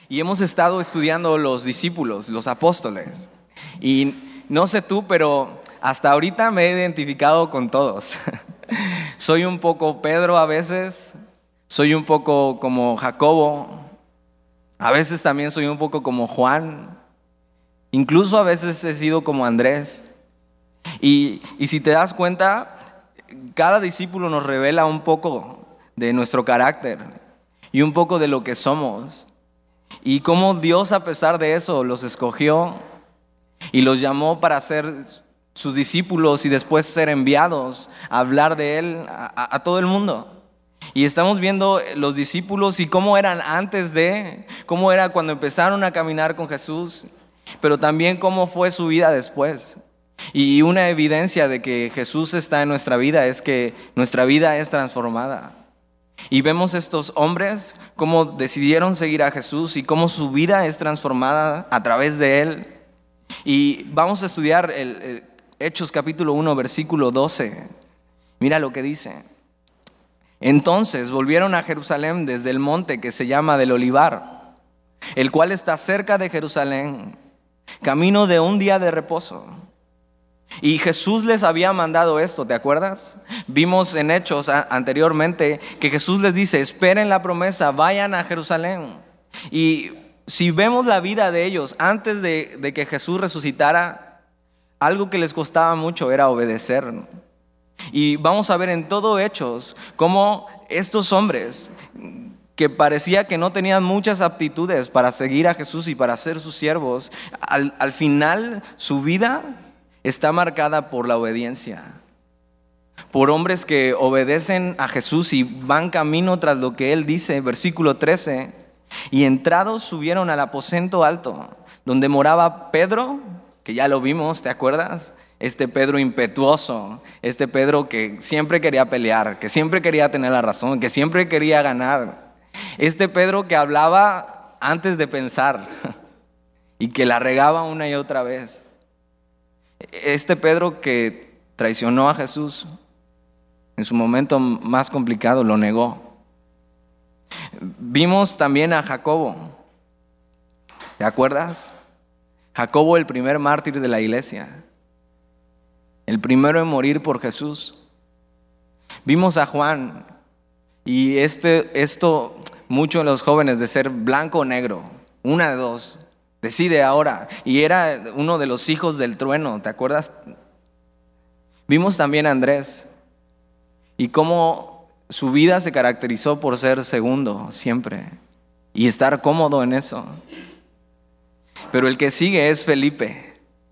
Y hemos estado estudiando los discípulos, los apóstoles. Y no sé tú, pero hasta ahorita me he identificado con todos. Soy un poco Pedro a veces, soy un poco como Jacobo, a veces también soy un poco como Juan, incluso a veces he sido como Andrés. Y si te das cuenta, cada discípulo nos revela un poco de nuestro carácter y un poco de lo que somos. Y cómo Dios, a pesar de eso, los escogió y los llamó para ser sus discípulos y después ser enviados a hablar de Él a todo el mundo. Y estamos viendo los discípulos y cómo eran antes cómo era cuando empezaron a caminar con Jesús, pero también cómo fue su vida después. Y una evidencia de que Jesús está en nuestra vida es que nuestra vida es transformada. Y vemos estos hombres cómo decidieron seguir a Jesús y cómo su vida es transformada a través de Él. Y vamos a estudiar el Hechos capítulo 1, versículo 12. Mira lo que dice. Entonces volvieron a Jerusalén desde el monte que se llama del Olivar, el cual está cerca de Jerusalén, camino de un día de reposo. Y Jesús les había mandado esto, ¿te acuerdas? Vimos en Hechos anteriormente que Jesús les dice, esperen la promesa, vayan a Jerusalén. Y si vemos la vida de ellos antes de que Jesús resucitara, algo que les costaba mucho era obedecer, ¿no? Y vamos a ver en todo Hechos cómo estos hombres que parecía que no tenían muchas aptitudes para seguir a Jesús y para ser sus siervos, al final su vida está marcada por la obediencia, por hombres que obedecen a Jesús y van camino tras lo que Él dice. Versículo 13, y entrados subieron al aposento alto, donde moraba Pedro, que ya lo vimos, ¿te acuerdas? Este Pedro impetuoso, este Pedro que siempre quería pelear, que siempre quería tener la razón, que siempre quería ganar. Este Pedro que hablaba antes de pensar y que la regaba una y otra vez. Este Pedro que traicionó a Jesús en su momento más complicado, lo negó. Vimos también a Jacobo, ¿te acuerdas? Jacobo, el primer mártir de la iglesia, el primero en morir por Jesús. Vimos a Juan, y esto muchos de los jóvenes de ser blanco o negro, una de dos, decide ahora, y era uno de los hijos del trueno, ¿te acuerdas? Vimos también a Andrés y cómo su vida se caracterizó por ser segundo siempre y estar cómodo en eso. Pero el que sigue es Felipe.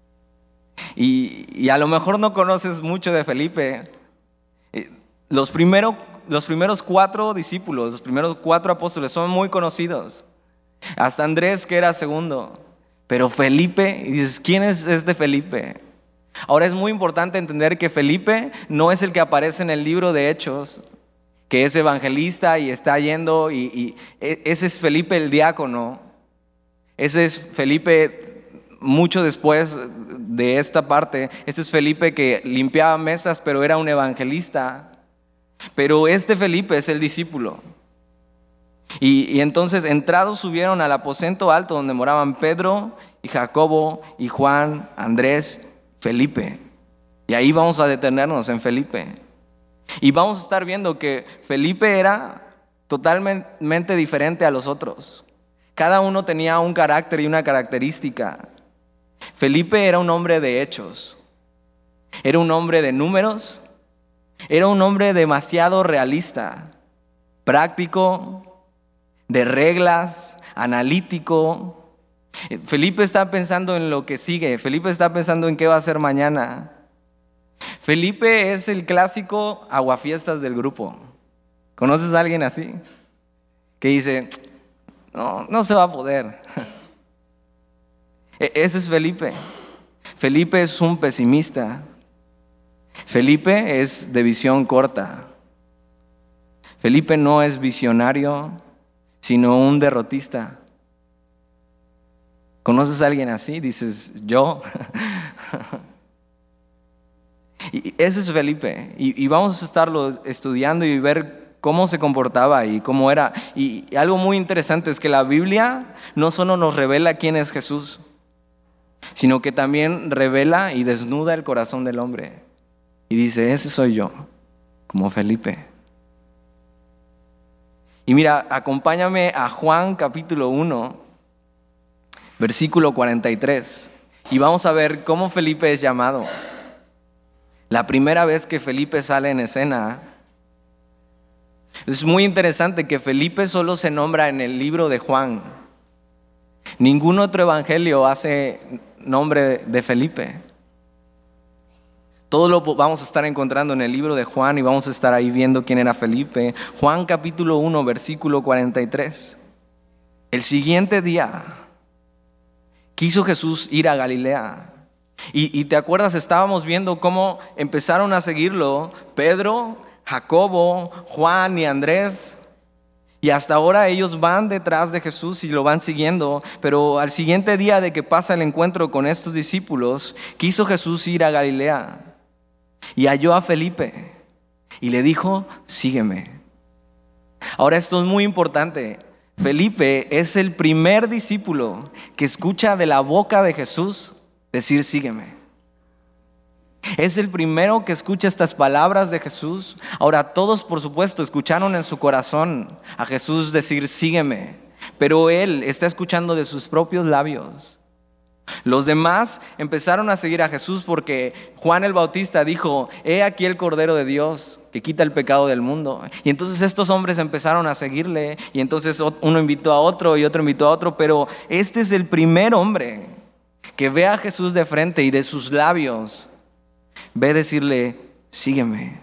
Y a lo mejor no conoces mucho de Felipe. Los primeros 4 discípulos, los primeros 4 apóstoles son muy conocidos. Hasta Andrés, que era segundo. Pero Felipe, y dices, ¿quién es este Felipe? Ahora es muy importante entender que Felipe no es el que aparece en el libro de Hechos, que es evangelista y está yendo, y ese es Felipe el diácono. Ese es Felipe mucho después de esta parte. Este es Felipe que limpiaba mesas, pero era un evangelista. Pero este Felipe es el discípulo. Y entonces entrados subieron al aposento alto donde moraban Pedro y Jacobo y Juan, Andrés, Felipe. Y ahí vamos a detenernos en Felipe. Y vamos a estar viendo que Felipe era totalmente diferente a los otros. Cada uno tenía un carácter y una característica. Felipe era un hombre de hechos, era un hombre de números, era un hombre demasiado realista, práctico, de reglas, analítico. Felipe está pensando en lo que sigue, Felipe está pensando en qué va a hacer mañana. Felipe es el clásico aguafiestas del grupo. ¿Conoces a alguien así? Que dice, no se va a poder. Ese es Felipe. Felipe es un pesimista. Felipe es de visión corta. Felipe no es visionario, sino un derrotista. ¿Conoces a alguien así? Dices, yo. Y ese es Felipe. Y vamos a estarlo estudiando y ver cómo se comportaba y cómo era. Y algo muy interesante es que la Biblia no solo nos revela quién es Jesús, sino que también revela y desnuda el corazón del hombre. Y dice, ese soy yo, como Felipe. Y mira, acompáñame a Juan capítulo 1, versículo 43. Y vamos a ver cómo Felipe es llamado. La primera vez que Felipe sale en escena. Es muy interesante que Felipe solo se nombra en el libro de Juan. Ningún otro evangelio hace nombre de Felipe. Todo lo vamos a estar encontrando en el libro de Juan y vamos a estar ahí viendo quién era Felipe. Juan capítulo 1, versículo 43. El siguiente día quiso Jesús ir a Galilea. Y te acuerdas, estábamos viendo cómo empezaron a seguirlo Pedro, Jacobo, Juan y Andrés. Y hasta ahora ellos van detrás de Jesús y lo van siguiendo. Pero al siguiente día de que pasa el encuentro con estos discípulos, quiso Jesús ir a Galilea. Y halló a Felipe y le dijo, sígueme. Ahora esto es muy importante. Felipe es el primer discípulo que escucha de la boca de Jesús decir, sígueme. Es el primero que escucha estas palabras de Jesús. Ahora todos, por supuesto, escucharon en su corazón a Jesús decir, sígueme. Pero él está escuchando de sus propios labios. Los demás empezaron a seguir a Jesús porque Juan el Bautista dijo, he aquí el Cordero de Dios que quita el pecado del mundo. Y entonces estos hombres empezaron a seguirle. Y entonces uno invitó a otro y otro invitó a otro. Pero este es el primer hombre que ve a Jesús de frente y de sus labios ve decirle, sígueme.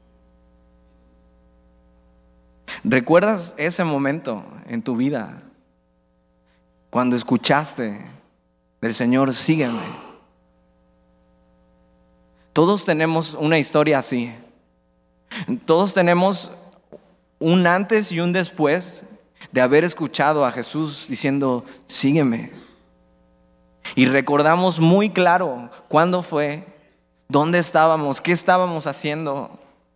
¿Recuerdas ese momento en tu vida cuando escuchaste del Señor, sígueme? Todos tenemos una historia así. Todos tenemos un antes y un después de haber escuchado a Jesús diciendo, sígueme. Y recordamos muy claro cuándo fue, dónde estábamos, qué estábamos haciendo.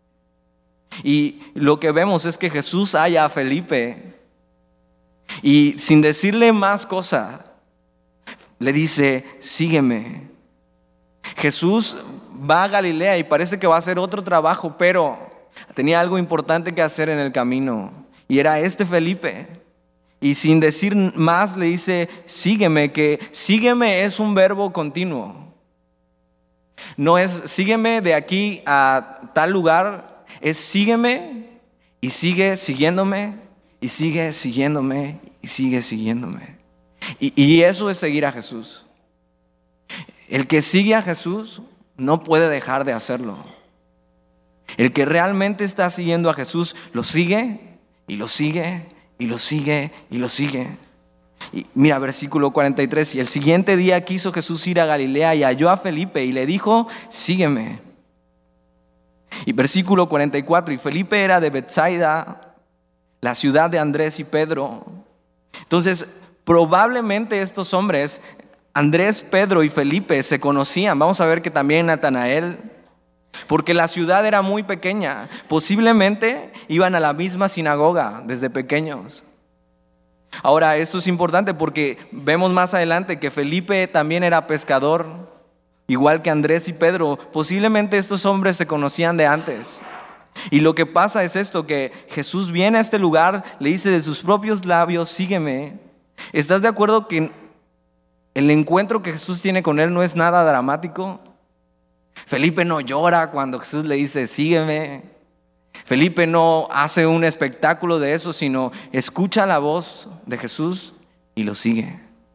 Y lo que vemos es que Jesús halla a Felipe y sin decirle más cosa, le dice, sígueme. Jesús va a Galilea y parece que va a hacer otro trabajo, pero tenía algo importante que hacer en el camino. Y era Felipe. Y sin decir más le dice, sígueme, que sígueme es un verbo continuo. No es sígueme de aquí a tal lugar, es sígueme y sigue siguiéndome y sigue siguiéndome y sigue siguiéndome. Y eso es seguir a Jesús. El que sigue a Jesús no puede dejar de hacerlo. El que realmente está siguiendo a Jesús lo sigue y lo sigue y lo sigue y lo sigue. Y mira, versículo 43. Y el siguiente día quiso Jesús ir a Galilea y halló a Felipe y le dijo, sígueme. Y versículo 44. Y Felipe era de Betsaida, la ciudad de Andrés y Pedro. Entonces, probablemente estos hombres, Andrés, Pedro y Felipe, se conocían. Vamos a ver que también Natanael, porque la ciudad era muy pequeña. Posiblemente iban a la misma sinagoga desde pequeños. Ahora, esto es importante porque vemos más adelante que Felipe también era pescador, igual que Andrés y Pedro. Posiblemente estos hombres se conocían de antes. Y lo que pasa es esto, que Jesús viene a este lugar, le dice de sus propios labios, sígueme. ¿Estás de acuerdo que el encuentro que Jesús tiene con él no es nada dramático? Felipe no llora cuando Jesús le dice, sígueme. Felipe no hace un espectáculo de eso, sino escucha la voz de Jesús y lo sigue.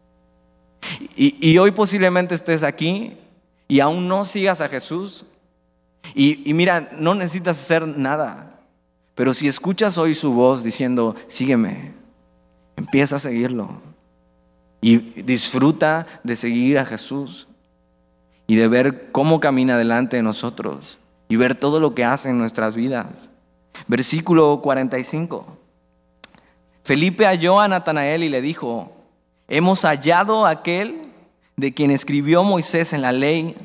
Y hoy posiblemente estés aquí y aún no sigas a Jesús. Y mira, no necesitas hacer nada. Pero si escuchas hoy su voz diciendo, sígueme, empieza a seguirlo. Y disfruta de seguir a Jesús y de ver cómo camina delante de nosotros y ver todo lo que hace en nuestras vidas. Versículo 45. Felipe halló a Natanael y le dijo, hemos hallado a aquel de quien escribió Moisés en la ley,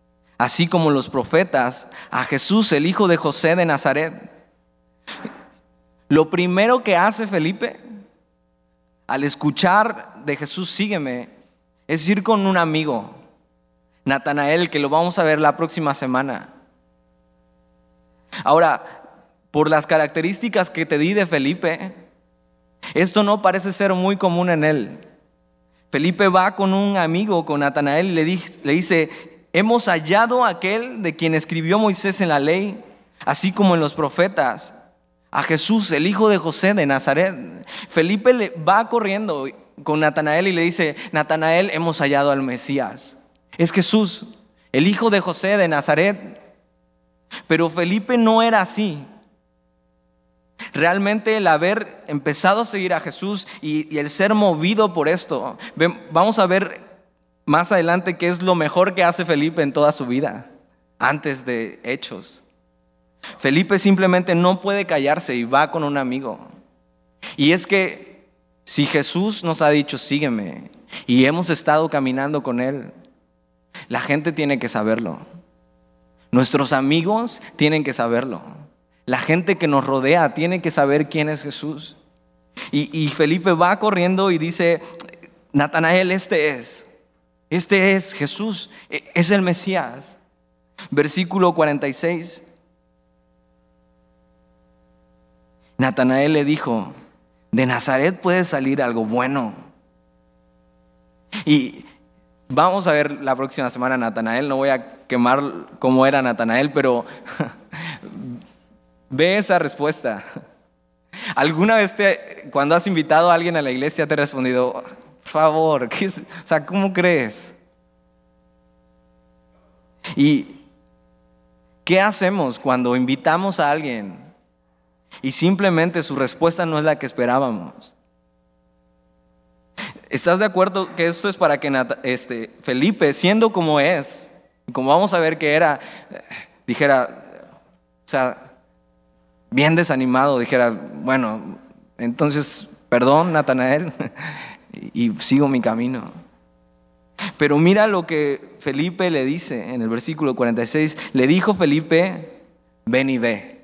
así como los profetas, a Jesús, el hijo de José de Nazaret. Lo primero que hace Felipe al escuchar de Jesús, sígueme, es ir con un amigo, Natanael, que lo vamos a ver la próxima semana. Ahora, por las características que te di de Felipe, esto no parece ser muy común en él. Felipe va con un amigo, con Natanael, y le dice: hemos hallado a aquel de quien escribió Moisés en la ley, así como en los profetas, a Jesús, el hijo de José de Nazaret. Felipe le va corriendo con Natanael y le dice: Natanael, hemos hallado al Mesías. Es Jesús, el hijo de José de Nazaret. Pero Felipe no era así. Realmente el haber empezado a seguir a Jesús y el ser movido por esto, vamos a ver más adelante qué es lo mejor que hace Felipe en toda su vida, antes de Hechos. Felipe simplemente no puede callarse y va con un amigo. Y es que si Jesús nos ha dicho sígueme y hemos estado caminando con Él, la gente tiene que saberlo. Nuestros amigos tienen que saberlo. La gente que nos rodea tiene que saber quién es Jesús. Y Felipe va corriendo y dice: Natanael, este es Jesús, es el Mesías. Versículo 46. Natanael le dijo: de Nazaret puede salir algo bueno. Y vamos a ver la próxima semana a Natanael. No voy a quemar cómo era Natanael, pero ve esa respuesta. ¿Alguna vez cuando has invitado a alguien a la iglesia te ha respondido: por favor, ¿cómo crees? ¿Y qué hacemos cuando invitamos a alguien y simplemente su respuesta no es la que esperábamos? ¿Estás de acuerdo que esto es para que Felipe, siendo como es, como vamos a ver que era, dijera, bien desanimado, dijera: bueno, entonces perdón, Natanael, y sigo mi camino? Pero mira lo que Felipe le dice en el versículo 46. Le dijo Felipe: ven y ve.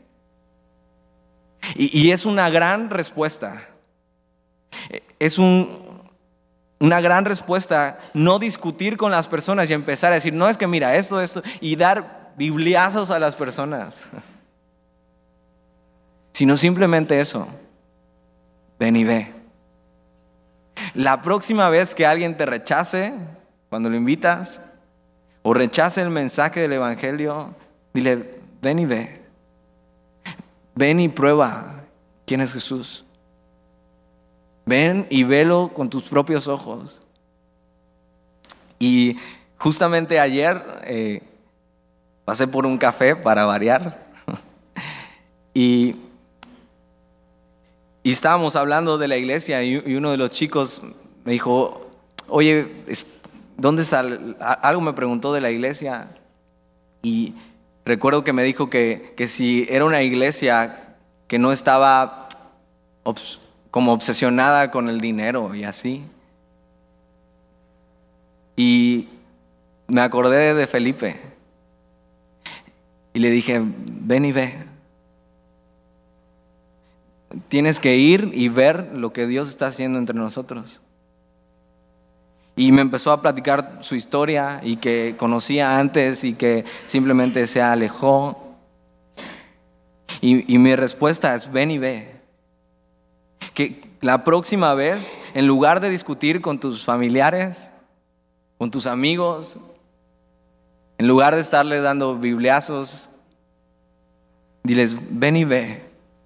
Y es una gran respuesta. Es una gran respuesta no discutir con las personas y empezar a decir: no, es que mira, esto, y dar bibliazos a las personas. Sino simplemente eso: ven y ve. La próxima vez que alguien te rechace, cuando lo invitas, o rechace el mensaje del evangelio, dile: ven y ve. Ven y prueba quién es Jesús. Ven y velo con tus propios ojos. Y justamente ayer pasé por un café para variar y estábamos hablando de la iglesia y uno de los chicos me dijo: oye, ¿dónde está? Algo me preguntó de la iglesia y recuerdo que me dijo que si era una iglesia que no estaba como obsesionada con el dinero y así. Y me acordé de Felipe y le dije: ven y ve. Tienes que ir y ver lo que Dios está haciendo entre nosotros. Y me empezó a platicar su historia y que conocía antes y que simplemente se alejó. Y mi respuesta es: ven y ve. Que la próxima vez, en lugar de discutir con tus familiares, con tus amigos, en lugar de estarles dando bibliazos, diles: ven y ve.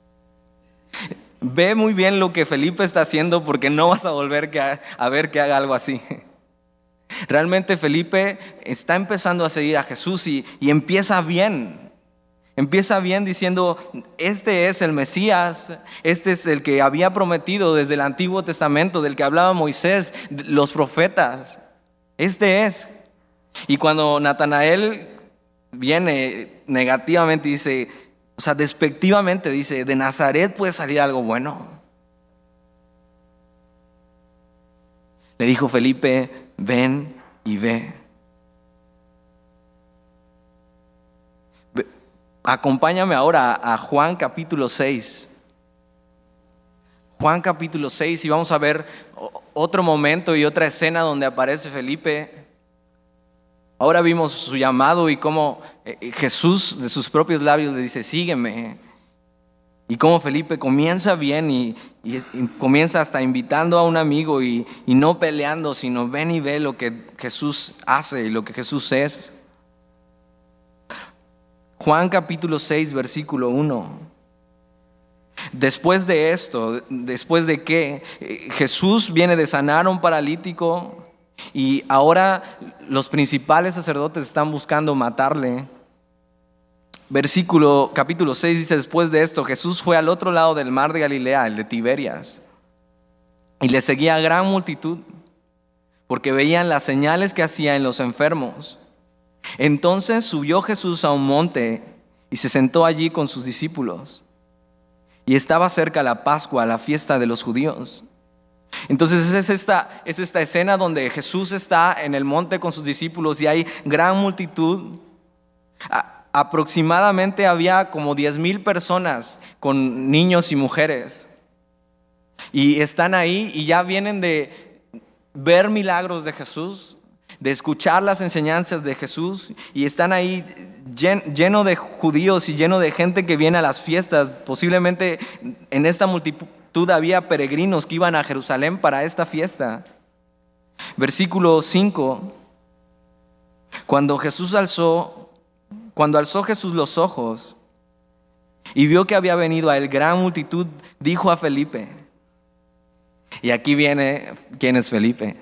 Ve muy bien lo que Felipe está haciendo, porque no vas a volver a ver que haga algo así. Realmente Felipe está empezando a seguir a Jesús y empieza bien. Empieza bien diciendo: este es el Mesías, este es el que había prometido desde el Antiguo Testamento, del que hablaba Moisés, los profetas. Este es. Y cuando Natanael viene negativamente, dice, despectivamente dice: de Nazaret puede salir algo bueno. Le dijo Felipe: ven y ve. Acompáñame ahora a Juan capítulo 6. Juan capítulo 6 y vamos a ver otro momento y otra escena donde aparece Felipe. Ahora vimos su llamado y cómo Jesús de sus propios labios le dice, sígueme. Y cómo Felipe comienza bien y comienza hasta invitando a un amigo y no peleando, sino ven y ve lo que Jesús hace y lo que Jesús es. Juan capítulo 6, versículo 1. Después de esto, después de que Jesús viene de sanar a un paralítico y ahora los principales sacerdotes están buscando matarle. Capítulo 6 dice, después de esto Jesús fue al otro lado del mar de Galilea, el de Tiberias, y le seguía gran multitud, porque veían las señales que hacía en los enfermos. Entonces subió Jesús a un monte y se sentó allí con sus discípulos. Y estaba cerca la Pascua, la fiesta de los judíos. Entonces es esta escena donde Jesús está en el monte con sus discípulos y hay gran multitud. Aproximadamente había como 10,000 personas con niños y mujeres. Y están ahí y ya vienen de ver milagros de Jesús, de escuchar las enseñanzas de Jesús, y están ahí lleno de judíos y lleno de gente que viene a las fiestas. Posiblemente en esta multitud había peregrinos que iban a Jerusalén para esta fiesta. Versículo 5. Cuando alzó Jesús los ojos y vio que había venido a él gran multitud, dijo a Felipe, y aquí viene quién es Felipe.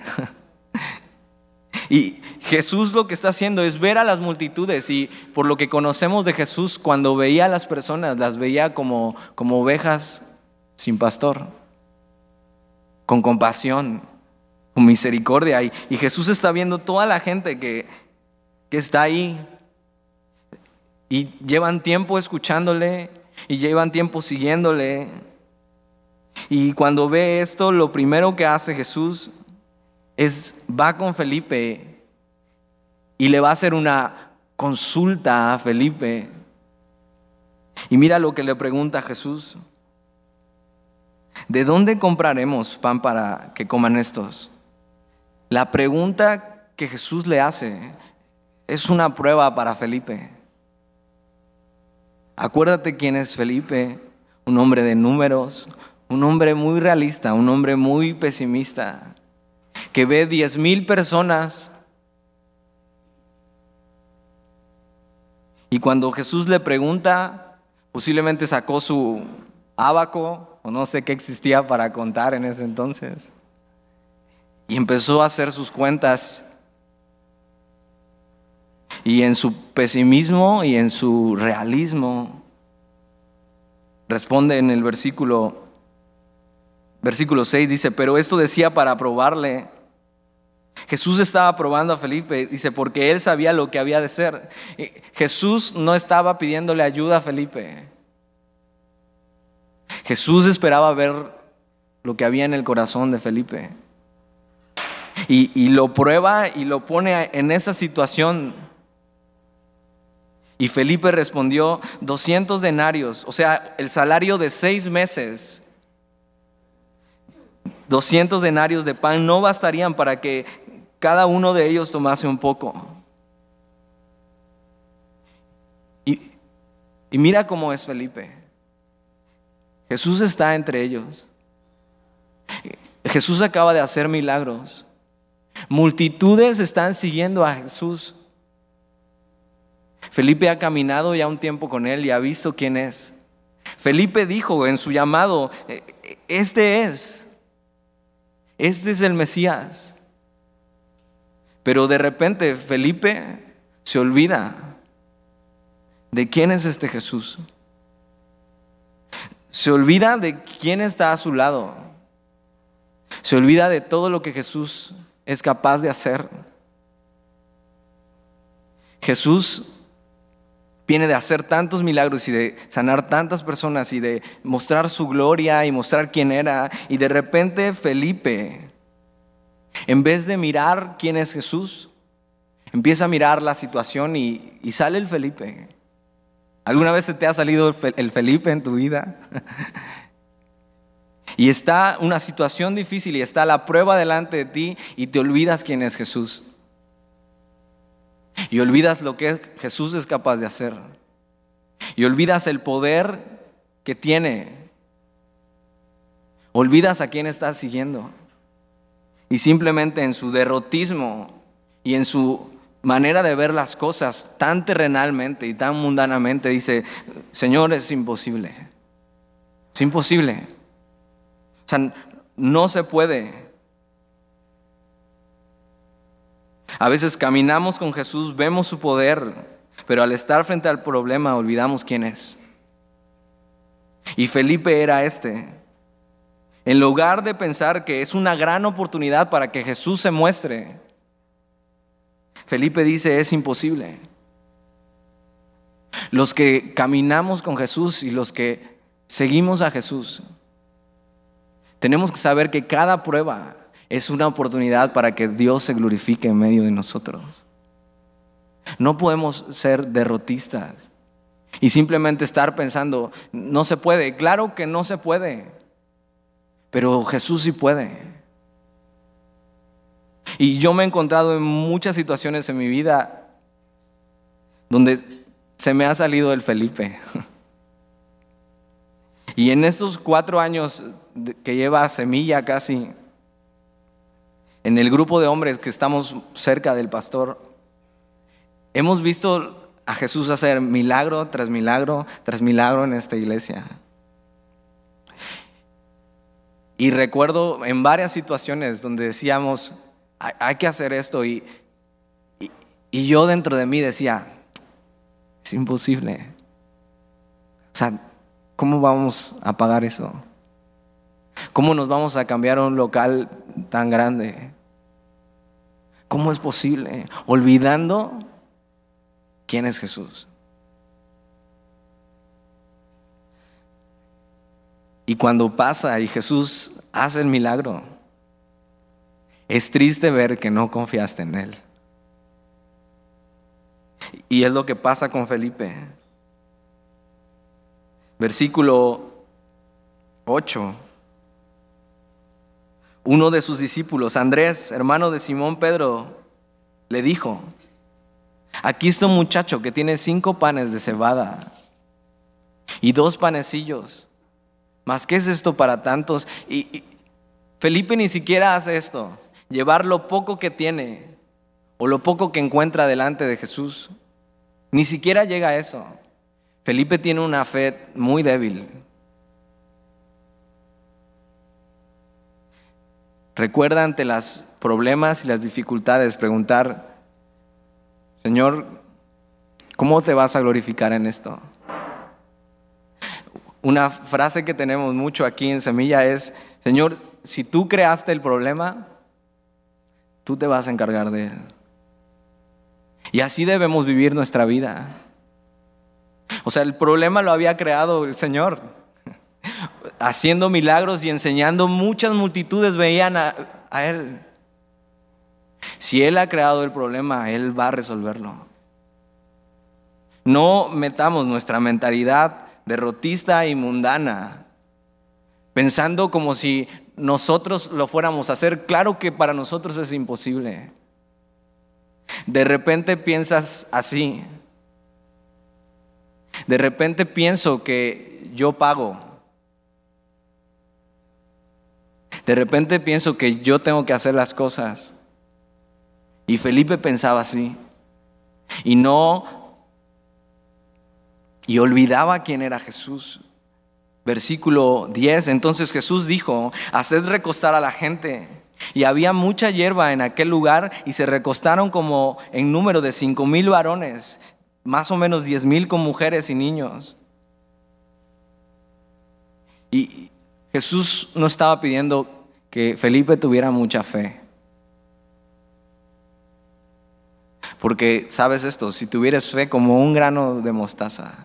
Y Jesús lo que está haciendo es ver a las multitudes, y por lo que conocemos de Jesús, cuando veía a las personas, las veía como ovejas sin pastor, con compasión, con misericordia. Y Jesús está viendo toda la gente que está ahí. Y llevan tiempo escuchándole y llevan tiempo siguiéndole. Y cuando ve esto, lo primero que hace Jesús va con Felipe y le va a hacer una consulta a Felipe. Y mira lo que le pregunta Jesús. ¿De dónde compraremos pan para que coman estos? La pregunta que Jesús le hace es una prueba para Felipe. Acuérdate quién es Felipe, un hombre de números, un hombre muy realista, un hombre muy pesimista, que ve 10,000 personas. Y cuando Jesús le pregunta, posiblemente sacó su ábaco, o no sé qué existía para contar en ese entonces, y empezó a hacer sus cuentas. Y en su pesimismo y en su realismo, responde en el versículo 6, dice, pero esto decía para probarle. Jesús estaba probando a Felipe, dice, porque él sabía lo que había de ser. Jesús no estaba pidiéndole ayuda a Felipe. Jesús esperaba ver lo que había en el corazón de Felipe. Y lo prueba y lo pone en esa situación. Y Felipe respondió, 200 denarios, o sea, el salario de 6 meses. 200 denarios de pan no bastarían para que cada uno de ellos tomase un poco. Y mira cómo es Felipe. Jesús está entre ellos. Jesús acaba de hacer milagros. Multitudes están siguiendo a Jesús. Felipe ha caminado ya un tiempo con él y ha visto quién es. Felipe dijo en su llamado, este es el Mesías. Pero de repente Felipe se olvida de quién es este Jesús. Se olvida de quién está a su lado. Se olvida de todo lo que Jesús es capaz de hacer. Jesús viene de hacer tantos milagros y de sanar tantas personas y de mostrar su gloria y mostrar quién era. Y de repente Felipe, en vez de mirar quién es Jesús, empieza a mirar la situación y sale el Felipe. ¿Alguna vez se te ha salido el Felipe en tu vida? Y está una situación difícil y está la prueba delante de ti y te olvidas quién es Jesús. Y olvidas lo que Jesús es capaz de hacer. Y olvidas el poder que tiene. Olvidas a quién estás siguiendo. Y simplemente en su derrotismo y en su manera de ver las cosas tan terrenalmente y tan mundanamente dice: Señor, es imposible. Es imposible. O sea, no se puede. A veces caminamos con Jesús, vemos su poder, pero al estar frente al problema olvidamos quién es. Y Felipe era En lugar de pensar que es una gran oportunidad para que Jesús se muestre, Felipe dice: es imposible. Los que caminamos con Jesús y los que seguimos a Jesús, tenemos que saber que cada prueba es una oportunidad para que Dios se glorifique en medio de nosotros. No podemos ser derrotistas y simplemente estar pensando: no se puede. Claro que no se puede, pero Jesús sí puede. Y yo me he encontrado en muchas situaciones en mi vida donde se me ha salido el Felipe. Y en estos 4 años que lleva Semilla casi, en el grupo de hombres que estamos cerca del pastor, hemos visto a Jesús hacer milagro tras milagro tras milagro en esta iglesia. Y recuerdo en varias situaciones donde decíamos: hay que hacer esto, y yo dentro de mí decía: es imposible. O sea, ¿cómo vamos a pagar eso? ¿Cómo nos vamos a cambiar a un local tan grande? ¿Cómo es posible? Olvidando quién es Jesús. Y cuando pasa y Jesús hace el milagro, es triste ver que no confiaste en Él. Y es lo que pasa con Felipe. Versículo 8. Uno de sus discípulos, Andrés, hermano de Simón Pedro, le dijo: aquí está un muchacho que tiene 5 panes de cebada y 2 panecillos. ¿Mas qué es esto para tantos? Y Felipe ni siquiera hace esto: llevar lo poco que tiene o lo poco que encuentra delante de Jesús. Ni siquiera llega a eso. Felipe tiene una fe muy débil. Recuerda ante los problemas y las dificultades preguntar: Señor, ¿cómo te vas a glorificar en esto? Una frase que tenemos mucho aquí en Semilla es: Señor, si tú creaste el problema, tú te vas a encargar de él. Y así debemos vivir nuestra vida. O sea, el problema lo había creado el Señor. Haciendo milagros y enseñando, muchas multitudes veían a Él. Si Él ha creado el problema, Él va a resolverlo. No metamos nuestra mentalidad derrotista y mundana, pensando como si nosotros lo fuéramos a hacer. Claro que para nosotros es imposible. De repente piensas así: de repente pienso que yo pago. De repente pienso que yo tengo que hacer las cosas. Y Felipe pensaba así. Y olvidaba quién era Jesús. Versículo 10. Entonces Jesús dijo: haced recostar a la gente. Y había mucha hierba en aquel lugar, y se recostaron como en número de 5,000 varones, más o menos 10,000 con mujeres y niños. Y Jesús no estaba pidiendo que Felipe tuviera mucha fe. Porque sabes esto: si tuvieras fe como un grano de mostaza,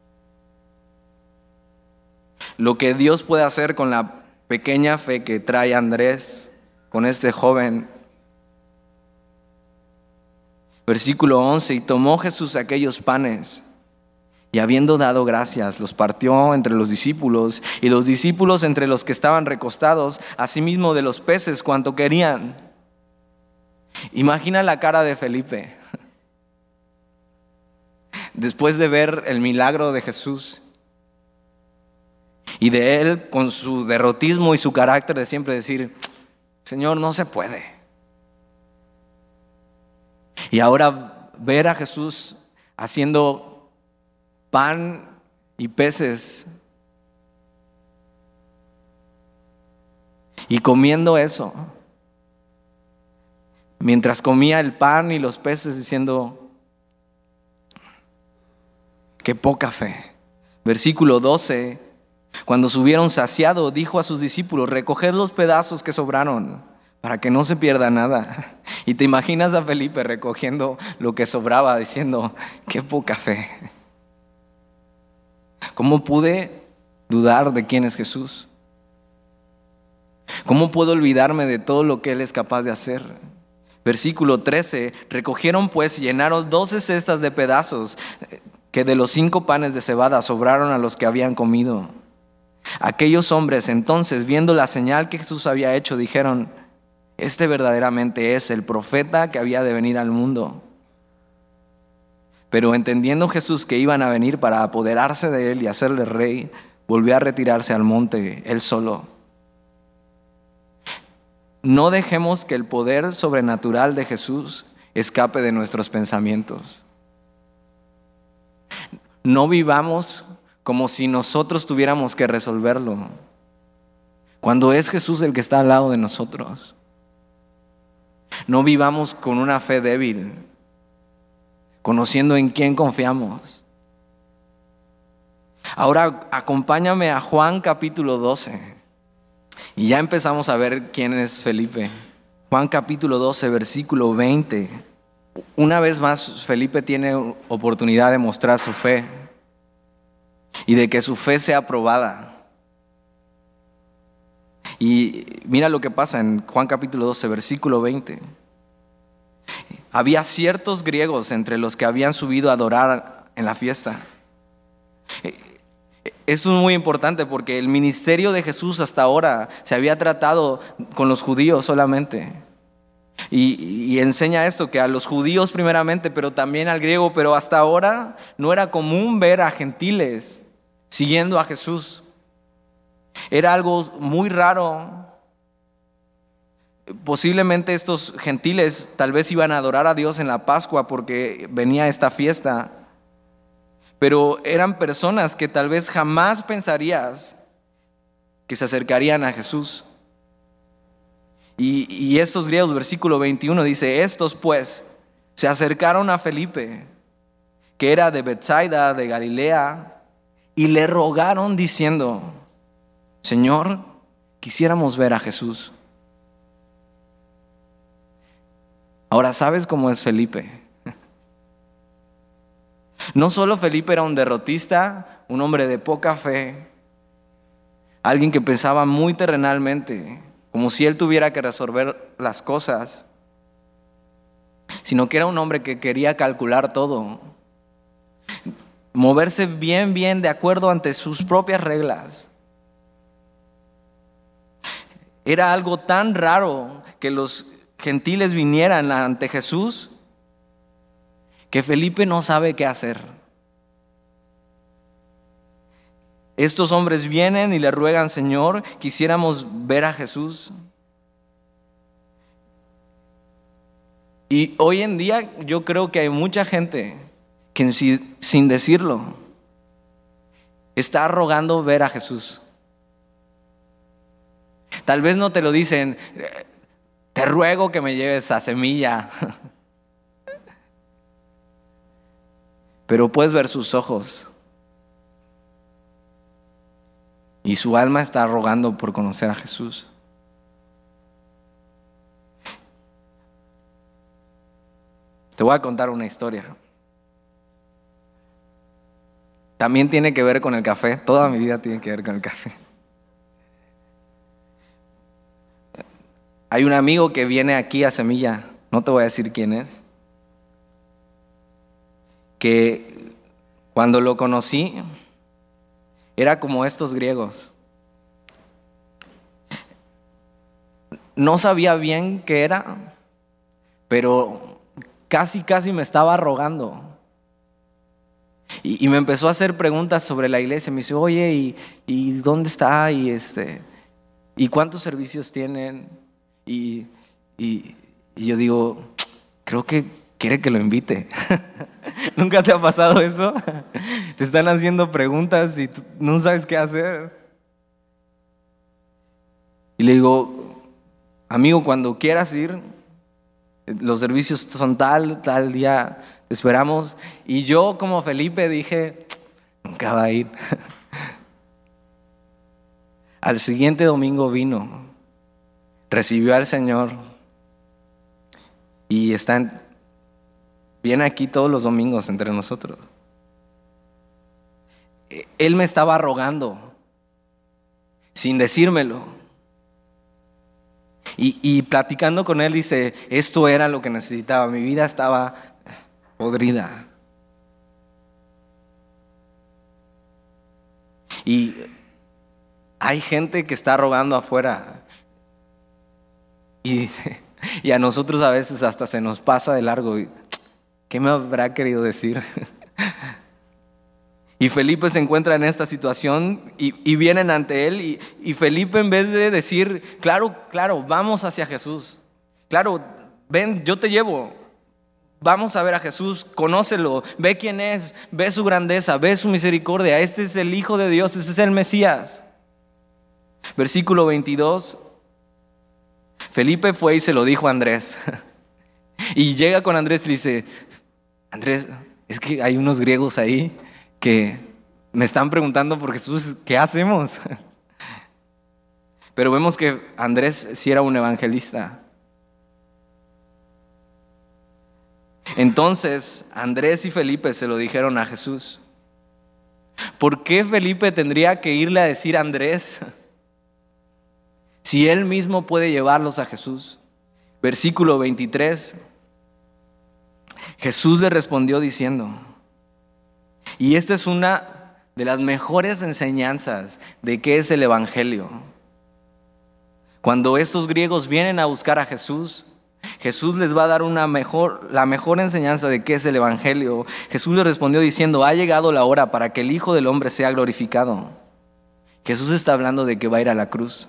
lo que Dios puede hacer con la pequeña fe que trae Andrés, con este joven. Versículo 11. Y tomó Jesús aquellos panes, Y habiendo dado gracias, los partió entre los discípulos, y los discípulos entre los que estaban recostados, asimismo de los peces cuanto querían. Imagina la cara de Felipe después de ver el milagro de Jesús y de él con su derrotismo y su carácter de siempre decir: Señor, no se puede. Y ahora ver a Jesús haciendo pan y peces y comiendo eso, mientras comía el pan y los peces, diciendo: qué poca fe. Versículo 12: cuando se hubieron saciado, dijo a sus discípulos: recoged los pedazos que sobraron, para que no se pierda nada. Y te imaginas a Felipe recogiendo lo que sobraba, diciendo: qué poca fe. ¿Cómo pude dudar de quién es Jesús? ¿Cómo puedo olvidarme de todo lo que Él es capaz de hacer? Versículo 13: recogieron pues y llenaron 12 cestas de pedazos que de los 5 panes de cebada sobraron a los que habían comido. Aquellos hombres entonces, viendo la señal que Jesús había hecho, dijeron: este verdaderamente es el profeta que había de venir al mundo. Pero entendiendo Jesús que iban a venir para apoderarse de él y hacerle rey, volvió a retirarse al monte él solo. No dejemos que el poder sobrenatural de Jesús escape de nuestros pensamientos. No vivamos como si nosotros tuviéramos que resolverlo, cuando es Jesús el que está al lado de nosotros. No vivamos con una fe débil, conociendo en quién confiamos. Ahora acompáñame a Juan capítulo 12 y ya empezamos a ver quién es Felipe. Juan capítulo 12, versículo 20. Una vez más Felipe tiene oportunidad de mostrar su fe y de que su fe sea probada. Y mira lo que pasa en Juan capítulo 12, versículo 20. Había ciertos griegos entre los que habían subido a adorar en la fiesta. Esto es muy importante porque el ministerio de Jesús hasta ahora se había tratado con los judíos solamente. Y enseña esto, que a los judíos primeramente, pero también al griego, pero hasta ahora no era común ver a gentiles siguiendo a Jesús. Era algo muy raro. Posiblemente estos gentiles tal vez iban a adorar a Dios en la Pascua porque venía esta fiesta, pero eran personas que tal vez jamás pensarías que se acercarían a Jesús. Y estos griegos, versículo 21 dice: estos pues se acercaron a Felipe, que era de Betsaida de Galilea, y le rogaron diciendo: Señor, quisiéramos ver a Jesús. Ahora, ¿sabes cómo es Felipe? No solo Felipe era un derrotista, un hombre de poca fe, alguien que pensaba muy terrenalmente, como si él tuviera que resolver las cosas, sino que era un hombre que quería calcular todo, moverse bien de acuerdo ante sus propias reglas. Era algo tan raro que los gentiles vinieran ante Jesús que Felipe no sabe qué hacer. Estos hombres vienen y le ruegan: Señor, quisiéramos ver a Jesús. Y hoy en día yo creo que hay mucha gente que sin decirlo está rogando ver a Jesús. Tal vez no te lo dicen: te ruego que me lleves a Semilla. Pero puedes ver sus ojos. Y su alma está rogando por conocer a Jesús. Te voy a contar una historia. También tiene que ver con el café. Toda mi vida tiene que ver con el café. Hay un amigo que viene aquí a Semilla, no te voy a decir quién es, que Cuando lo conocí, era como estos griegos. No sabía bien qué era, pero casi me estaba rogando. Y me empezó a hacer preguntas sobre la iglesia. Me dice, oye, ¿y dónde está? ¿Y cuántos servicios tienen? Y yo digo, creo que quiere que lo invite. ¿Nunca te ha pasado eso? Te están haciendo preguntas y tú no sabes qué hacer. Y le digo, amigo, cuando quieras ir, los servicios son tal día, te esperamos. Y yo como Felipe dije, nunca va a ir. Al siguiente domingo vino, recibió al Señor y viene aquí todos los domingos entre nosotros. Él me estaba rogando sin decírmelo. Y platicando con él dice, esto era lo que necesitaba, mi vida estaba podrida. Y hay gente que está rogando afuera y a nosotros a veces hasta se nos pasa de largo. ¿Qué me habrá querido decir? Y Felipe se encuentra en esta situación y vienen ante él y Felipe, en vez de decir, claro, vamos hacia Jesús. Claro, ven, yo te llevo. Vamos a ver a Jesús, conócelo, ve quién es, ve su grandeza, ve su misericordia. Este es el Hijo de Dios, este es el Mesías. Versículo 22. Felipe fue y se lo dijo a Andrés. Y llega con Andrés y le dice, Andrés, es que hay unos griegos ahí que me están preguntando por Jesús, ¿qué hacemos? Pero vemos que Andrés sí era un evangelista. Entonces Andrés y Felipe se lo dijeron a Jesús. ¿Por qué Felipe tendría que irle a decir a Andrés si él mismo puede llevarlos a Jesús? Versículo 23. Jesús le respondió diciendo, y esta es una de las mejores enseñanzas de qué es el evangelio. Cuando estos griegos vienen a buscar a Jesús, Jesús les va a dar la mejor enseñanza de qué es el evangelio. Jesús les respondió diciendo, ha llegado la hora para que el Hijo del Hombre sea glorificado. Jesús está hablando de que va a ir a la cruz.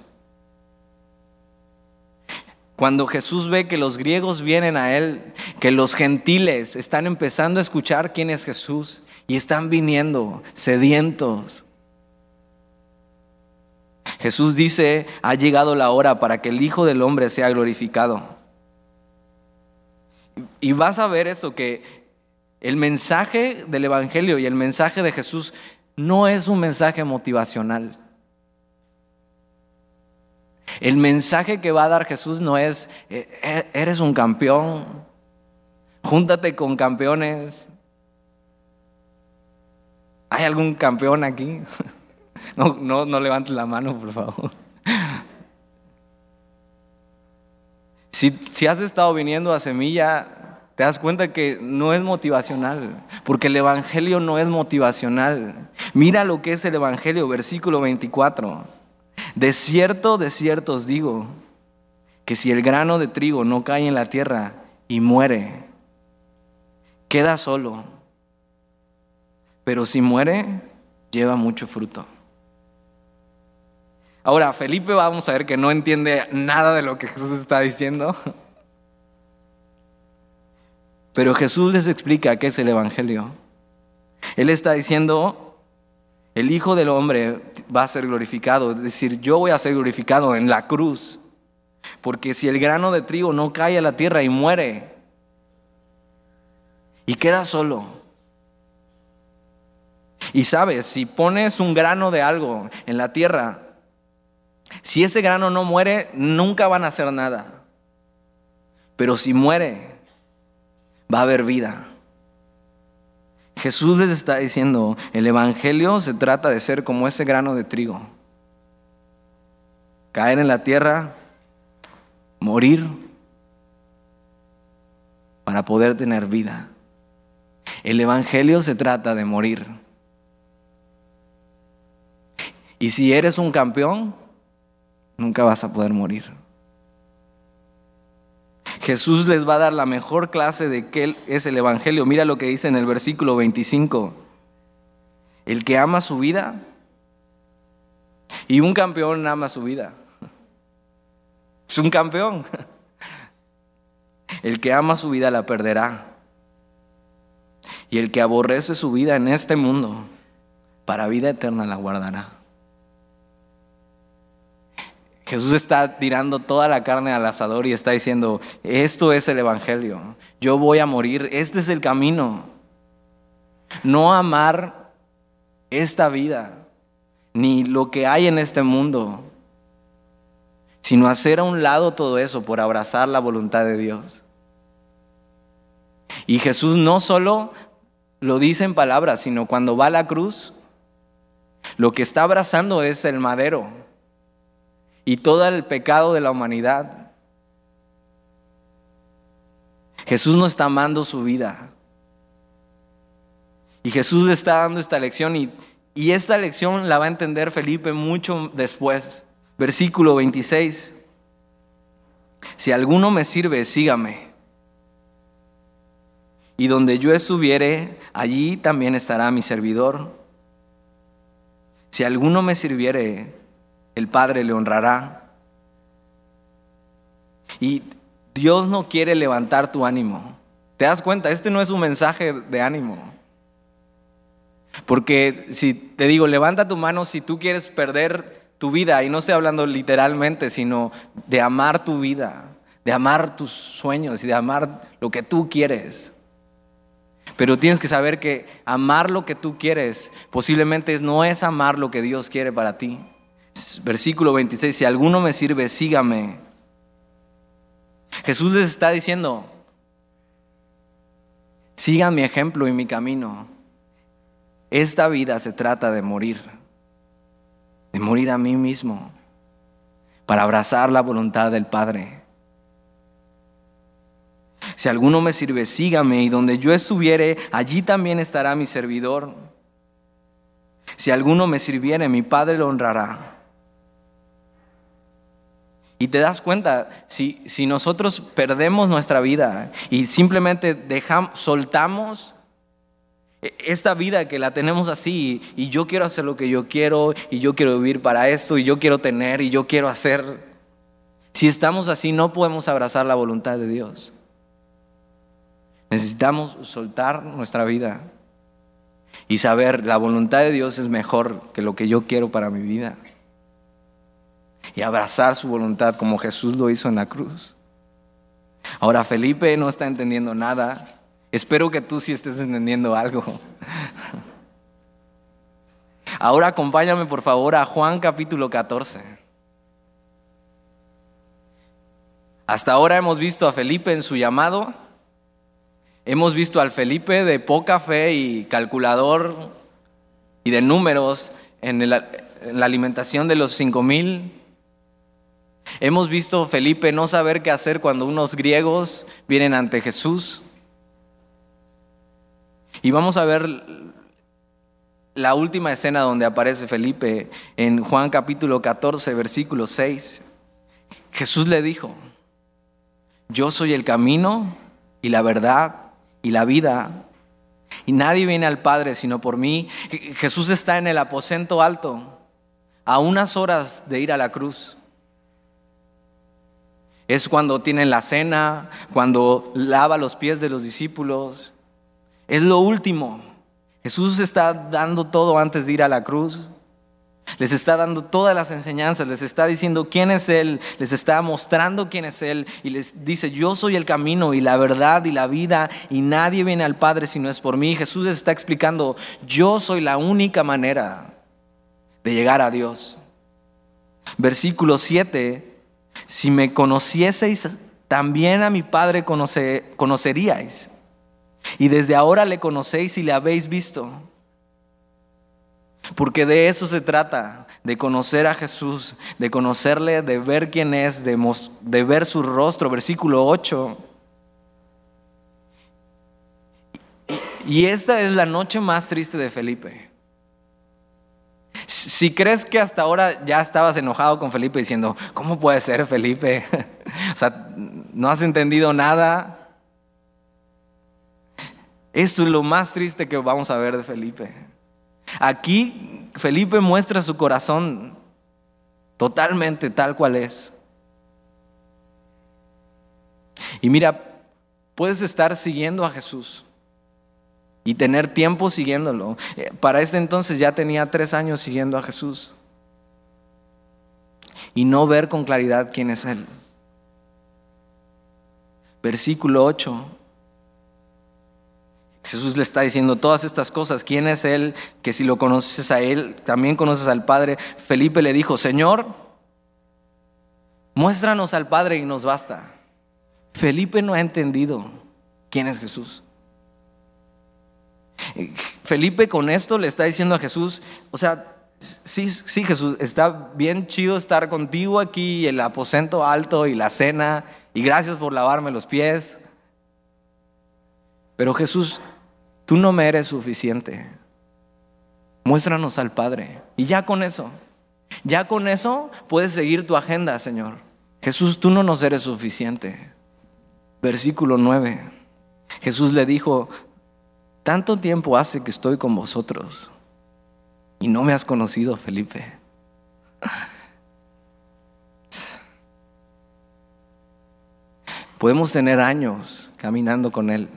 Cuando Jesús ve que los griegos vienen a Él, que los gentiles están empezando a escuchar quién es Jesús y están viniendo sedientos, Jesús dice, ha llegado la hora para que el Hijo del Hombre sea glorificado. Y vas a ver esto, que el mensaje del evangelio y el mensaje de Jesús no es un mensaje motivacional. El mensaje que va a dar Jesús no es, eres un campeón, júntate con campeones. ¿Hay algún campeón aquí? No levantes la mano, por favor. Si has estado viniendo a Semilla, te das cuenta que no es motivacional, porque el evangelio no es motivacional. Mira lo que es el evangelio, versículo 24. De cierto os digo, que si el grano de trigo no cae en la tierra y muere, queda solo. Pero si muere, lleva mucho fruto. Ahora, Felipe vamos a ver que no entiende nada de lo que Jesús está diciendo. Pero Jesús les explica qué es el evangelio. Él está diciendo, el Hijo del Hombre va a ser glorificado, es decir, yo voy a ser glorificado en la cruz. Porque si el grano de trigo no cae a la tierra y muere, y queda solo. Y sabes, si pones un grano de algo en la tierra, si ese grano no muere, nunca van a hacer nada. Pero si muere, va a haber vida. Jesús les está diciendo, el evangelio se trata de ser como ese grano de trigo. Caer en la tierra, morir, para poder tener vida. El evangelio se trata de morir. Y si eres un campeón, nunca vas a poder morir. Jesús les va a dar la mejor clase de qué es el evangelio. Mira lo que dice en el versículo 25. El que ama su vida, y un campeón ama su vida. Es un campeón. El que ama su vida la perderá. Y el que aborrece su vida en este mundo, para vida eterna la guardará. Jesús está tirando toda la carne al asador y está diciendo, esto es el evangelio. Yo voy a morir, este es el camino. No amar esta vida, ni lo que hay en este mundo, sino hacer a un lado todo eso por abrazar la voluntad de Dios. Y Jesús no solo lo dice en palabras, sino cuando va a la cruz, lo que está abrazando es el madero y todo el pecado de la humanidad. Jesús no está amando su vida. Y Jesús le está dando esta lección y esta lección la va a entender Felipe mucho después. Versículo 26. Si alguno me sirve, sígame. Y donde yo estuviere, allí también estará mi servidor. Si alguno me sirviere, el Padre le honrará. Y Dios no quiere levantar tu ánimo. ¿Te das cuenta? Este no es un mensaje de ánimo. Porque si te digo, levanta tu mano si tú quieres perder tu vida, y no estoy hablando literalmente, sino de amar tu vida, de amar tus sueños y de amar lo que tú quieres. Pero tienes que saber que amar lo que tú quieres posiblemente no es amar lo que Dios quiere para ti. Versículo 26, si alguno me sirve, sígame. Jesús les está diciendo, sigan mi ejemplo y mi camino. Esta vida se trata de morir a mí mismo, para abrazar la voluntad del Padre. Si alguno me sirve, sígame, y donde yo estuviere, allí también estará mi servidor. Si alguno me sirviere, mi Padre lo honrará. Y te das cuenta, si nosotros perdemos nuestra vida y simplemente soltamos esta vida que la tenemos así, y yo quiero hacer lo que yo quiero, y yo quiero vivir para esto, y yo quiero tener, y yo quiero hacer. Si estamos así, no podemos abrazar la voluntad de Dios. Necesitamos soltar nuestra vida y saber la voluntad de Dios es mejor que lo que yo quiero para mi vida. Y abrazar su voluntad como Jesús lo hizo en la cruz. Ahora Felipe no está entendiendo nada. Espero que tú sí estés entendiendo algo. Ahora acompáñame por favor a Juan capítulo 14. Hasta ahora hemos visto a Felipe en su llamado. Hemos visto al Felipe de poca fe y calculador y de números en la alimentación de los 5,000. Hemos visto a Felipe no saber qué hacer cuando unos griegos vienen ante Jesús. Y vamos a ver la última escena donde aparece Felipe en Juan capítulo 14, versículo 6. Jesús le dijo, yo soy el camino y la verdad y la vida, y nadie viene al Padre sino por mí. Jesús está en el aposento alto, a unas horas de ir a la cruz. Es cuando tienen la cena, cuando lava los pies de los discípulos. Es lo último. Jesús está dando todo antes de ir a la cruz. Les está dando todas las enseñanzas, les está diciendo quién es Él, les está mostrando quién es Él y les dice, yo soy el camino y la verdad y la vida y nadie viene al Padre si no es por mí. Jesús les está explicando, yo soy la única manera de llegar a Dios. Versículo 7, si me conocieseis, también a mi Padre conoceríais. Y desde ahora le conocéis y le habéis visto. Porque de eso se trata, de conocer a Jesús, de conocerle, de ver quién es, de ver su rostro. Versículo 8. Y esta es la noche más triste de Felipe. Si crees que hasta ahora ya estabas enojado con Felipe diciendo, ¿cómo puede ser, Felipe? O sea, no has entendido nada. Esto es lo más triste que vamos a ver de Felipe. Aquí Felipe muestra su corazón totalmente tal cual es. Y mira, puedes estar siguiendo a Jesús y tener tiempo siguiéndolo. Para este entonces ya tenía 3 años siguiendo a Jesús y no ver con claridad quién es Él. Versículo 8. Jesús le está diciendo todas estas cosas. ¿Quién es Él? Que si lo conoces a Él, también conoces al Padre. Felipe le dijo, Señor, muéstranos al Padre y nos basta. Felipe no ha entendido quién es Jesús. Felipe con esto le está diciendo a Jesús, o sea, sí Jesús, está bien chido estar contigo aquí, el aposento alto y la cena, y gracias por lavarme los pies. Pero Jesús, tú no me eres suficiente. Muéstranos al Padre. Y ya con eso puedes seguir tu agenda, Señor. Jesús, tú no nos eres suficiente. Versículo 9. Jesús le dijo, tanto tiempo hace que estoy con vosotros y no me has conocido, Felipe. Podemos tener años caminando con Él.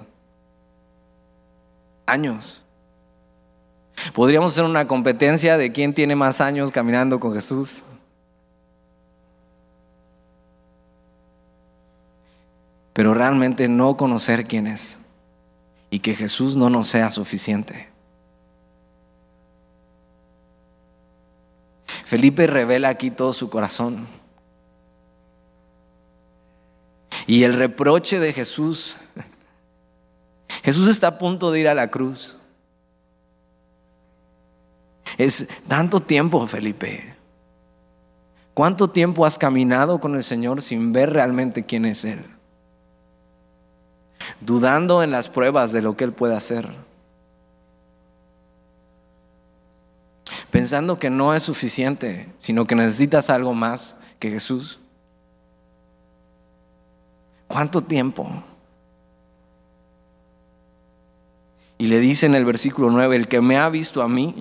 Años. Podríamos hacer una competencia de quién tiene más años caminando con Jesús. Pero realmente no conocer quién es y que Jesús no nos sea suficiente. Felipe revela aquí todo su corazón. Y el reproche de Jesús. Jesús está a punto de ir a la cruz. Es tanto tiempo, Felipe. ¿Cuánto tiempo has caminado con el Señor sin ver realmente quién es Él? Dudando en las pruebas de lo que Él puede hacer. Pensando que no es suficiente, sino que necesitas algo más que Jesús. ¿Cuánto tiempo? Y le dice en el versículo 9, el que me ha visto a mí,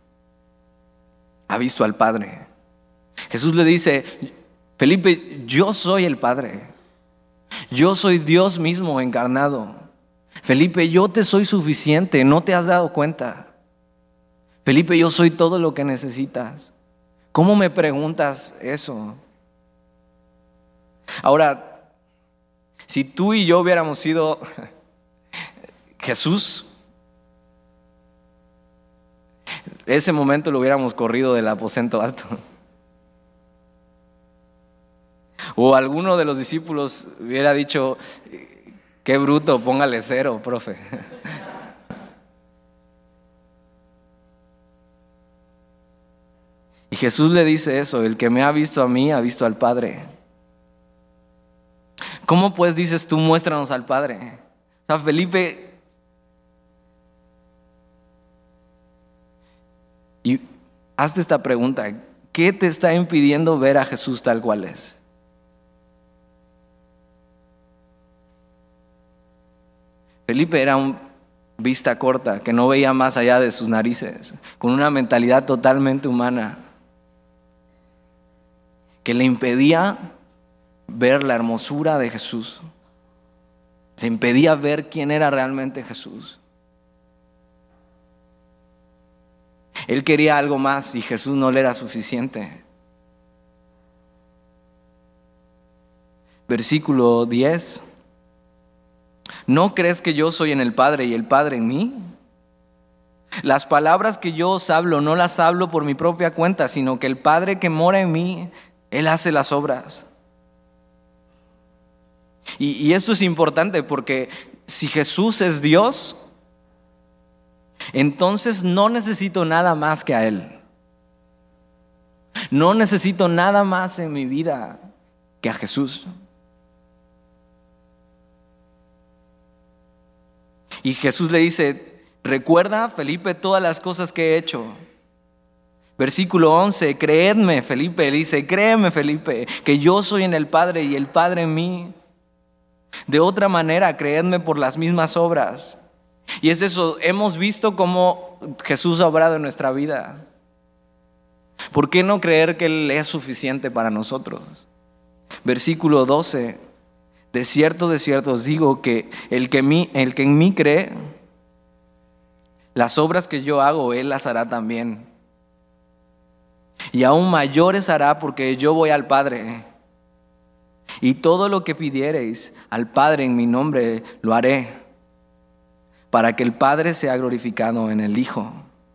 ha visto al Padre. Jesús le dice, Felipe, yo soy el Padre. Yo soy Dios mismo encarnado. Felipe, yo te soy suficiente, ¿no te has dado cuenta? Felipe, yo soy todo lo que necesitas. ¿Cómo me preguntas eso? Ahora, si tú y yo hubiéramos sido Jesús, ese momento lo hubiéramos corrido del aposento alto. O alguno de los discípulos hubiera dicho, qué bruto, póngale 0, profe. Y Jesús le dice eso, el que me ha visto a mí, ha visto al Padre. ¿Cómo pues dices tú, muéstranos al Padre? O sea, Felipe, y hazte esta pregunta, ¿qué te está impidiendo ver a Jesús tal cual es? Felipe era un vista corta, que no veía más allá de sus narices, con una mentalidad totalmente humana, que le impedía ver la hermosura de Jesús, le impedía ver quién era realmente Jesús. Él quería algo más y Jesús no le era suficiente. Versículo 10. ¿No crees que yo soy en el Padre y el Padre en mí? Las palabras que yo os hablo no las hablo por mi propia cuenta, sino que el Padre que mora en mí, Él hace las obras. Y esto es importante porque si Jesús es Dios, entonces no necesito nada más que a Él. No necesito nada más en mi vida que a Jesús. Y Jesús le dice, Recuerda, Felipe, todas las cosas que he hecho. Versículo 11, creedme, Felipe, dice, créeme, Felipe, que yo soy en el Padre y el Padre en mí. De otra manera, creedme por las mismas obras. Y es eso, hemos visto cómo Jesús ha obrado en nuestra vida. ¿Por qué no creer que Él es suficiente para nosotros? Versículo 12, de cierto os digo que el que en mí cree, las obras que yo hago, Él las hará también. Y aún mayores hará, porque yo voy al Padre. Y todo lo que pidiereis al Padre en mi nombre, lo haré, para que el Padre sea glorificado en el Hijo.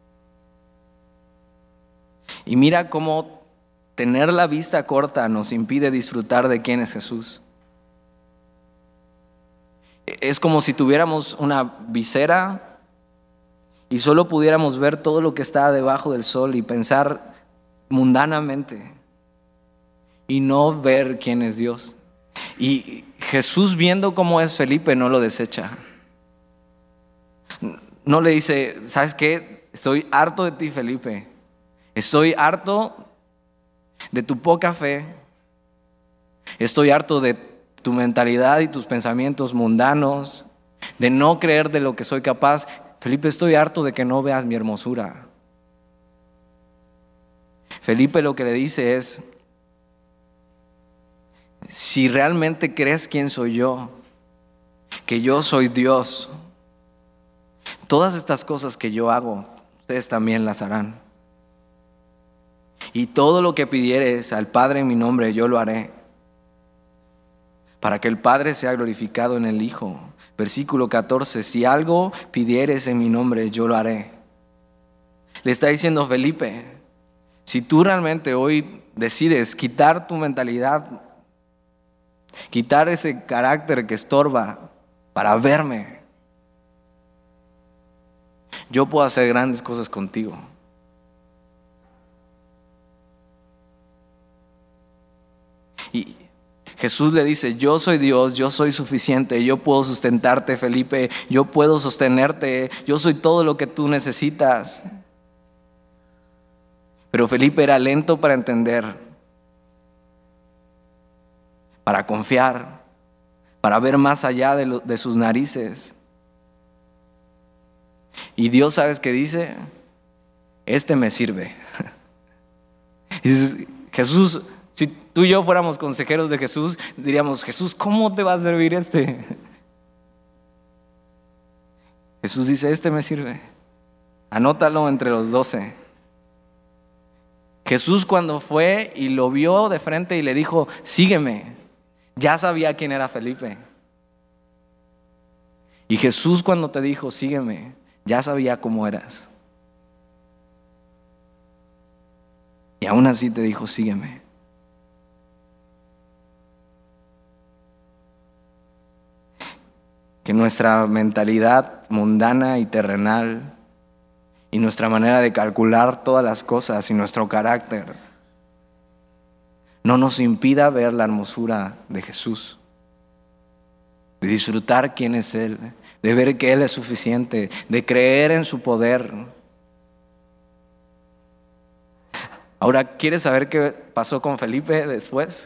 Y mira cómo tener la vista corta nos impide disfrutar de quién es Jesús. Es como si tuviéramos una visera y solo pudiéramos ver todo lo que está debajo del sol y pensar mundanamente y no ver quién es Dios. Y Jesús, viendo cómo es Felipe, no lo desecha. No le dice, ¿sabes qué? Estoy harto de ti, Felipe. Estoy harto de tu poca fe. Estoy harto de tu mentalidad y tus pensamientos mundanos, de no creer de lo que soy capaz. Felipe, estoy harto de que no veas mi hermosura. Felipe lo que le dice es, si realmente crees quién soy yo, que yo soy Dios, todas estas cosas que yo hago, ustedes también las harán. Y todo lo que pidieres al Padre en mi nombre, yo lo haré, para que el Padre sea glorificado en el Hijo. Versículo 14, si algo pidieres en mi nombre, yo lo haré. Le está diciendo Felipe, si tú realmente hoy decides quitar tu mentalidad, quitar ese carácter que estorba para verme, yo puedo hacer grandes cosas contigo. Y Jesús le dice, yo soy Dios, yo soy suficiente, yo puedo sustentarte, Felipe, yo puedo sostenerte, yo soy todo lo que tú necesitas. Pero Felipe era lento para entender, para confiar, para ver más allá de sus narices. Y Dios, ¿sabes qué dice? Este me sirve. Y dices, Jesús, si tú y yo fuéramos consejeros de Jesús, diríamos, Jesús, ¿cómo te va a servir este? Jesús dice, este me sirve. Anótalo entre los 12. Jesús, cuando fue y lo vio de frente y le dijo, sígueme, ya sabía quién era Felipe. Y Jesús, cuando te dijo, sígueme, ya sabía cómo eras. Y aún así te dijo, sígueme. Que nuestra mentalidad mundana y terrenal y nuestra manera de calcular todas las cosas y nuestro carácter no nos impida ver la hermosura de Jesús, de disfrutar quién es Él, de ver que Él es suficiente, de creer en su poder. Ahora, ¿quieres saber qué pasó con Felipe después?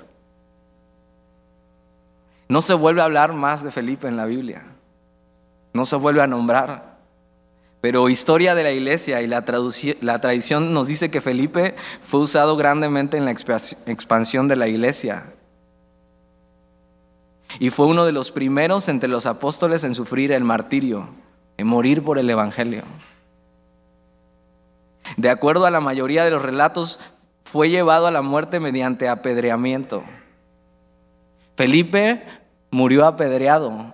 No se vuelve a hablar más de Felipe en la Biblia, no se vuelve a nombrar. Pero historia de la iglesia y la tradición nos dice que Felipe fue usado grandemente en la expansión de la iglesia. Y fue uno de los primeros entre los apóstoles en sufrir el martirio, en morir por el evangelio. De acuerdo a la mayoría de los relatos, fue llevado a la muerte mediante apedreamiento. Felipe murió apedreado,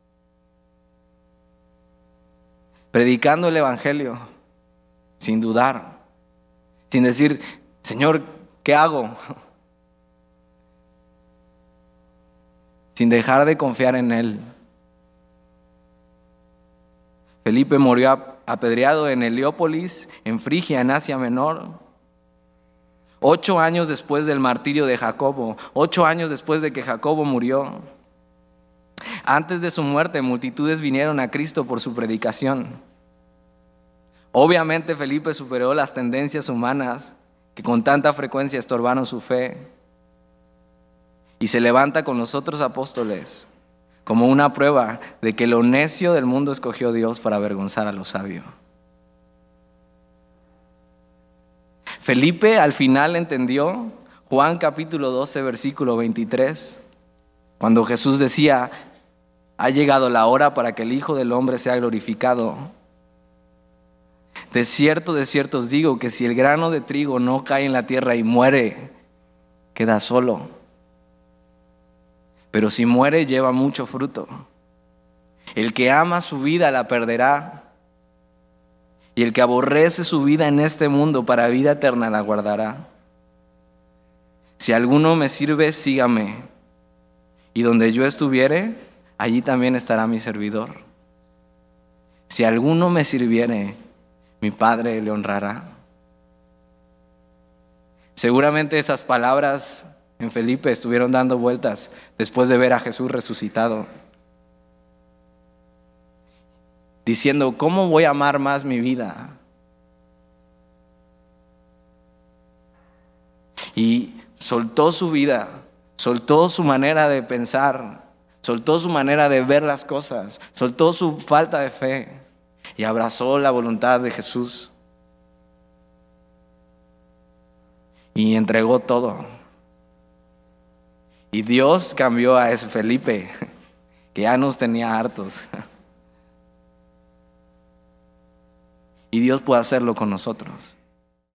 predicando el evangelio, sin dudar, sin decir, Señor, ¿qué hago? Sin dejar de confiar en Él. Felipe murió apedreado en Heliópolis, en Frigia, en Asia Menor. 8 años después del martirio de Jacobo, 8 años después de que Jacobo murió. Antes de su muerte, multitudes vinieron a Cristo por su predicación. Obviamente Felipe superó las tendencias humanas que con tanta frecuencia estorbaron su fe y se levanta con los otros apóstoles como una prueba de que lo necio del mundo escogió Dios para avergonzar a lo sabio. Felipe al final entendió Juan capítulo 12, versículo 23, cuando Jesús decía: ha llegado la hora para que el Hijo del Hombre sea glorificado. De cierto os digo que si el grano de trigo no cae en la tierra y muere, queda solo. Pero si muere, lleva mucho fruto. El que ama su vida la perderá, y el que aborrece su vida en este mundo para vida eterna la guardará. Si alguno me sirve, sígame, y donde yo estuviere, allí también estará mi servidor. Si alguno me sirviere, mi Padre le honrará. Seguramente esas palabras en Felipe estuvieron dando vueltas después de ver a Jesús resucitado, diciendo: ¿cómo voy a amar más mi vida? Y soltó su vida, soltó su manera de pensar, soltó su manera de ver las cosas, soltó su falta de fe y abrazó la voluntad de Jesús y entregó todo. Y Dios cambió a ese Felipe que ya nos tenía hartos. Y Dios puede hacerlo con nosotros.